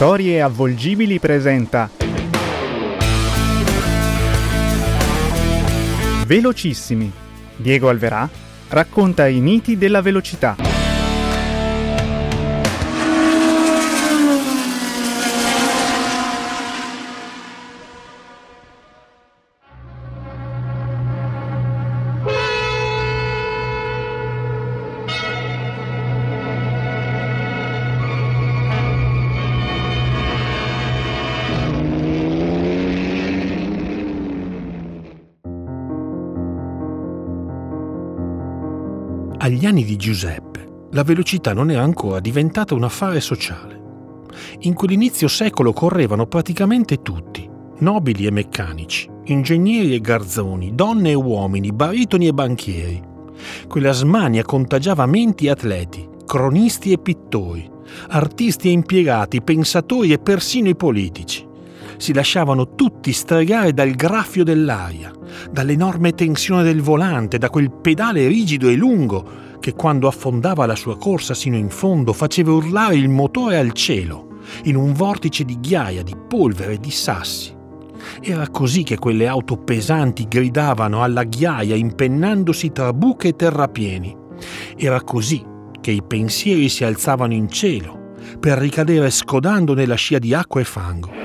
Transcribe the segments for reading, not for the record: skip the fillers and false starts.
Storie Avvolgibili presenta Velocissimi. Diego Alverà racconta i miti della velocità. Agli anni di Giuseppe, la velocità non era ancora diventata un affare sociale. In quell'inizio secolo correvano praticamente tutti, nobili e meccanici, ingegneri e garzoni, donne e uomini, baritoni e banchieri. Quella smania contagiava menti e atleti, cronisti e pittori, artisti e impiegati, pensatori e persino i politici. Si lasciavano tutti stregare dal graffio dell'aria, dall'enorme tensione del volante, da quel pedale rigido e lungo che quando affondava la sua corsa sino in fondo faceva urlare il motore al cielo, in un vortice di ghiaia, di polvere e di sassi. Era così che quelle auto pesanti gridavano alla ghiaia impennandosi tra buche e terrapieni. Era così che i pensieri si alzavano in cielo per ricadere scodando nella scia di acqua e fango.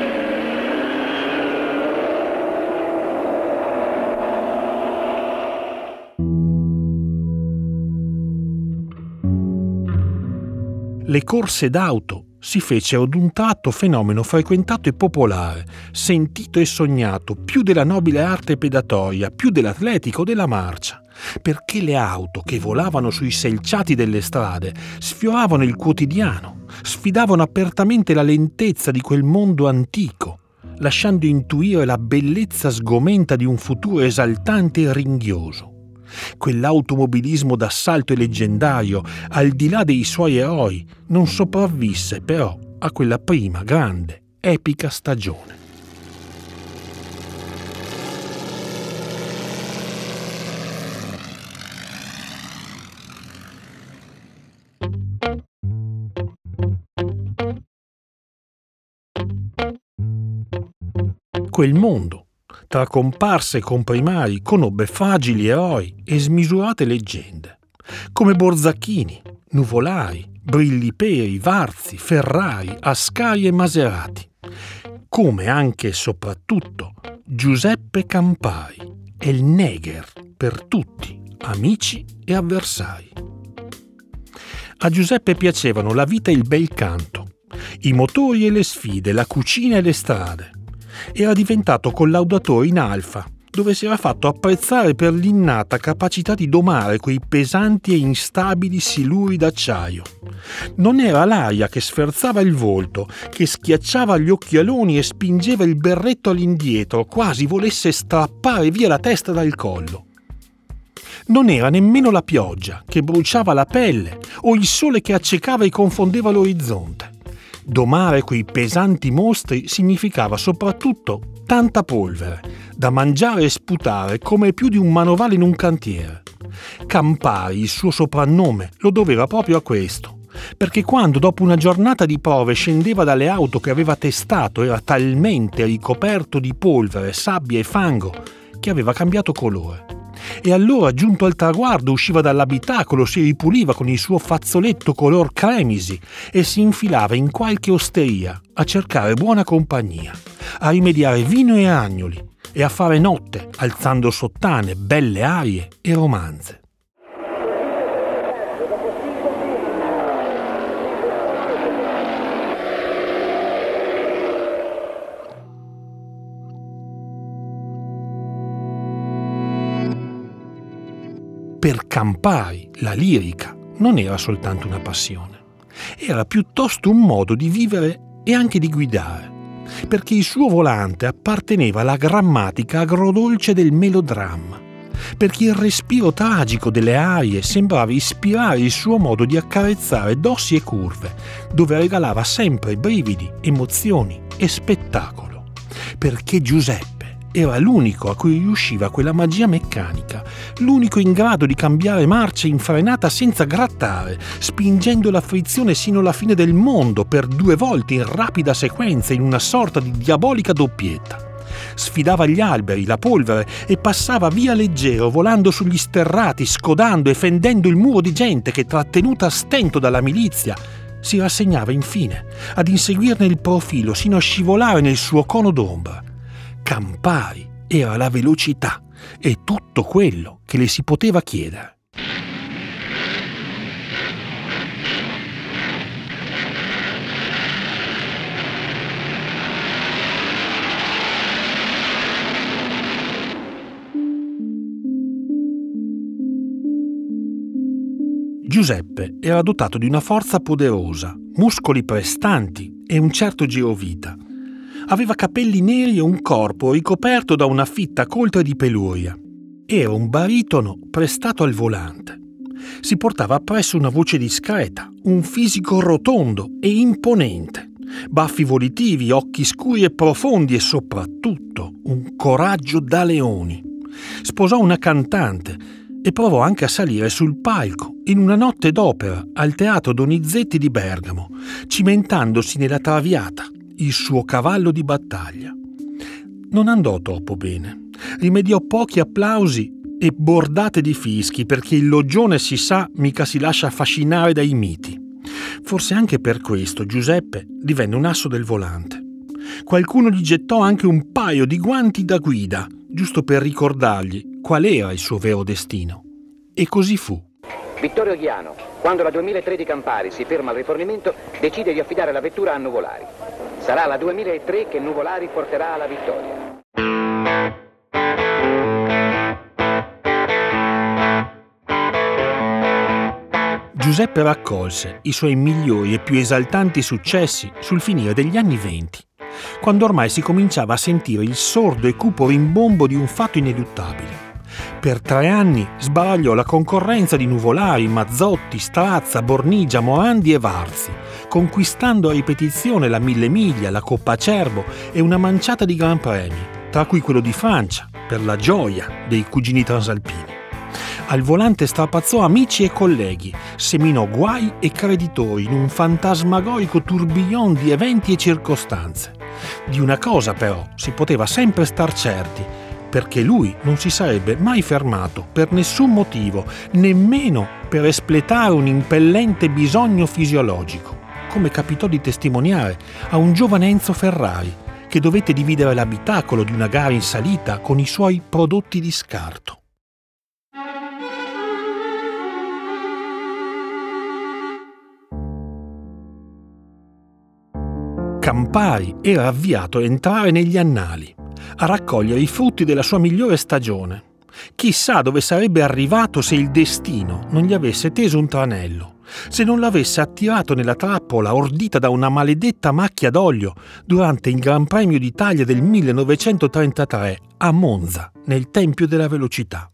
Le corse d'auto si fecero d'un tratto fenomeno frequentato e popolare, sentito e sognato, più della nobile arte pedatoria, più dell'atletica o della marcia, perché le auto che volavano sui selciati delle strade sfioravano il quotidiano, sfidavano apertamente la lentezza di quel mondo antico, lasciando intuire la bellezza sgomenta di un futuro esaltante e ringhioso. Quell'automobilismo d'assalto e leggendario, al di là dei suoi eroi, non sopravvisse però a quella prima grande, epica stagione. Quel mondo, tra comparse e comprimari, conobbe fragili eroi e smisurate leggende, come Borzacchini, Nuvolari, Brilliperi, Varzi, Ferrari, Ascari e Maserati, come anche e soprattutto Giuseppe Campari, il Neger per tutti, amici e avversari. A Giuseppe piacevano la vita e il bel canto, i motori e le sfide, la cucina e le strade. Era diventato collaudatore in Alfa, dove si era fatto apprezzare per l'innata capacità di domare quei pesanti e instabili siluri d'acciaio. Non era l'aria che sferzava il volto, che schiacciava gli occhialoni e spingeva il berretto all'indietro, quasi volesse strappare via la testa dal collo. Non era nemmeno la pioggia, che bruciava la pelle, o il sole che accecava e confondeva l'orizzonte. Domare quei pesanti mostri significava soprattutto tanta polvere, da mangiare e sputare come più di un manovale in un cantiere. Campari, il suo soprannome, lo doveva proprio a questo, perché quando dopo una giornata di prove scendeva dalle auto che aveva testato era talmente ricoperto di polvere, sabbia e fango che aveva cambiato colore. E allora, giunto al traguardo, usciva dall'abitacolo, si ripuliva con il suo fazzoletto color cremisi e si infilava in qualche osteria a cercare buona compagnia, a rimediare vino e agnoli e a fare notte, alzando sottane, belle arie e romanze. Per Campari la lirica non era soltanto una passione, era piuttosto un modo di vivere e anche di guidare, perché il suo volante apparteneva alla grammatica agrodolce del melodramma, perché il respiro tragico delle arie sembrava ispirare il suo modo di accarezzare dossi e curve, dove regalava sempre brividi, emozioni e spettacolo, perché Giuseppe era l'unico a cui riusciva quella magia meccanica, l'unico in grado di cambiare marcia in frenata senza grattare, spingendo la frizione sino alla fine del mondo per 2 volte in rapida sequenza in una sorta di diabolica doppietta. Sfidava gli alberi, la polvere e passava via leggero, volando sugli sterrati, scodando e fendendo il muro di gente che, trattenuta a stento dalla milizia, si rassegnava infine ad inseguirne il profilo sino a scivolare nel suo cono d'ombra. Campari era la velocità e tutto quello che le si poteva chiedere. Giuseppe era dotato di una forza poderosa, muscoli prestanti e un certo girovita. Aveva capelli neri e un corpo ricoperto da una fitta coltre di peluria. Era un baritono prestato al volante. Si portava appresso una voce discreta, un fisico rotondo e imponente, baffi volitivi, occhi scuri e profondi e soprattutto un coraggio da leoni. Sposò una cantante e provò anche a salire sul palco in una notte d'opera al Teatro Donizetti di Bergamo, cimentandosi nella Traviata, il suo cavallo di battaglia. Non andò troppo bene. Rimediò pochi applausi e bordate di fischi, perché il loggione, si sa, mica si lascia affascinare dai miti. Forse anche per questo Giuseppe divenne un asso del volante. Qualcuno gli gettò anche un paio di guanti da guida, giusto per ricordargli qual era il suo vero destino. E così fu. Vittorio Ghiano, quando la 2003 di Campari si ferma al rifornimento, decide di affidare la vettura a Nuvolari. Sarà la 2003 che Nuvolari porterà alla vittoria. Giuseppe raccolse i suoi migliori e più esaltanti successi sul finire degli anni '20, quando ormai si cominciava a sentire il sordo e cupo rimbombo di un fatto ineluttabile. Per 3 anni sbaragliò la concorrenza di Nuvolari, Mazzotti, Strazza, Bornigia, Morandi e Varzi, conquistando a ripetizione la 1000 miglia, la Coppa Acerbo e una manciata di gran premi, tra cui quello di Francia, per la gioia dei cugini transalpini. Al volante strapazzò amici e colleghi, seminò guai e creditori in un fantasmagorico tourbillon di eventi e circostanze. Di una cosa però si poteva sempre star certi, perché lui non si sarebbe mai fermato per nessun motivo, nemmeno per espletare un impellente bisogno fisiologico, come capitò di testimoniare a un giovane Enzo Ferrari, che dovette dividere l'abitacolo di una gara in salita con i suoi prodotti di scarto. Campari era avviato a entrare negli annali, a raccogliere i frutti della sua migliore stagione. Chissà dove sarebbe arrivato se il destino non gli avesse teso un tranello, se non l'avesse attirato nella trappola ordita da una maledetta macchia d'olio durante il Gran Premio d'Italia del 1933 a Monza, nel Tempio della Velocità.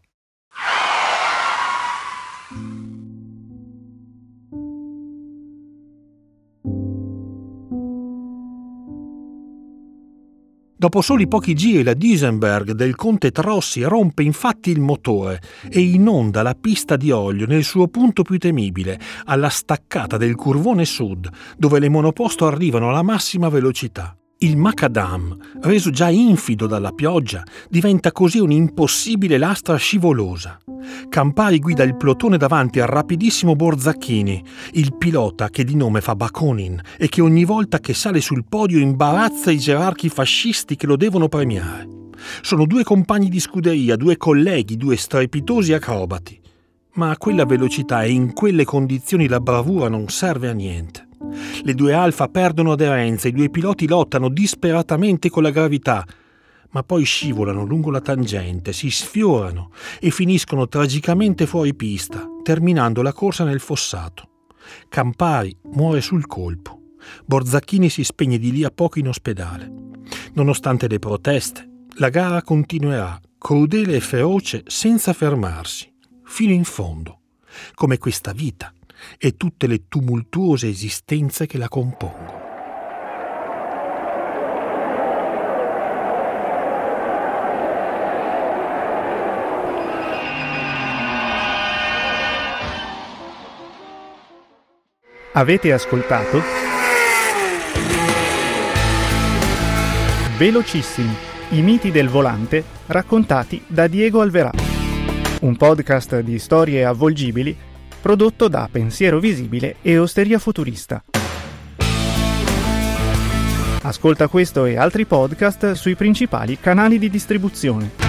Dopo soli pochi giri la Duesenberg del conte Trossi rompe infatti il motore e inonda la pista di olio nel suo punto più temibile, alla staccata del curvone sud, dove le monoposto arrivano alla massima velocità. Il macadam, reso già infido dalla pioggia, diventa così un'impossibile lastra scivolosa. Campari guida il plotone davanti al rapidissimo Borzacchini, il pilota che di nome fa Bakonin e che ogni volta che sale sul podio imbarazza i gerarchi fascisti che lo devono premiare. Sono 2 compagni di scuderia, 2 colleghi, 2 strepitosi acrobati. Ma a quella velocità e in quelle condizioni la bravura non serve a niente. Le 2 Alfa perdono aderenza, i 2 piloti lottano disperatamente con la gravità, ma poi scivolano lungo la tangente, si sfiorano e finiscono tragicamente fuori pista, terminando la corsa nel fossato. Campari muore sul colpo. Borzacchini si spegne di lì a poco in ospedale. Nonostante le proteste, la gara continuerà, crudele e feroce, senza fermarsi, fino in fondo, come questa vita e tutte le tumultuose esistenze che la compongono. Avete ascoltato Velocissimi, i miti del volante raccontati da Diego Alverà, un podcast di storie avvolgibili prodotto da Pensiero Visibile e Osteria Futurista. Ascolta questo e altri podcast sui principali canali di distribuzione.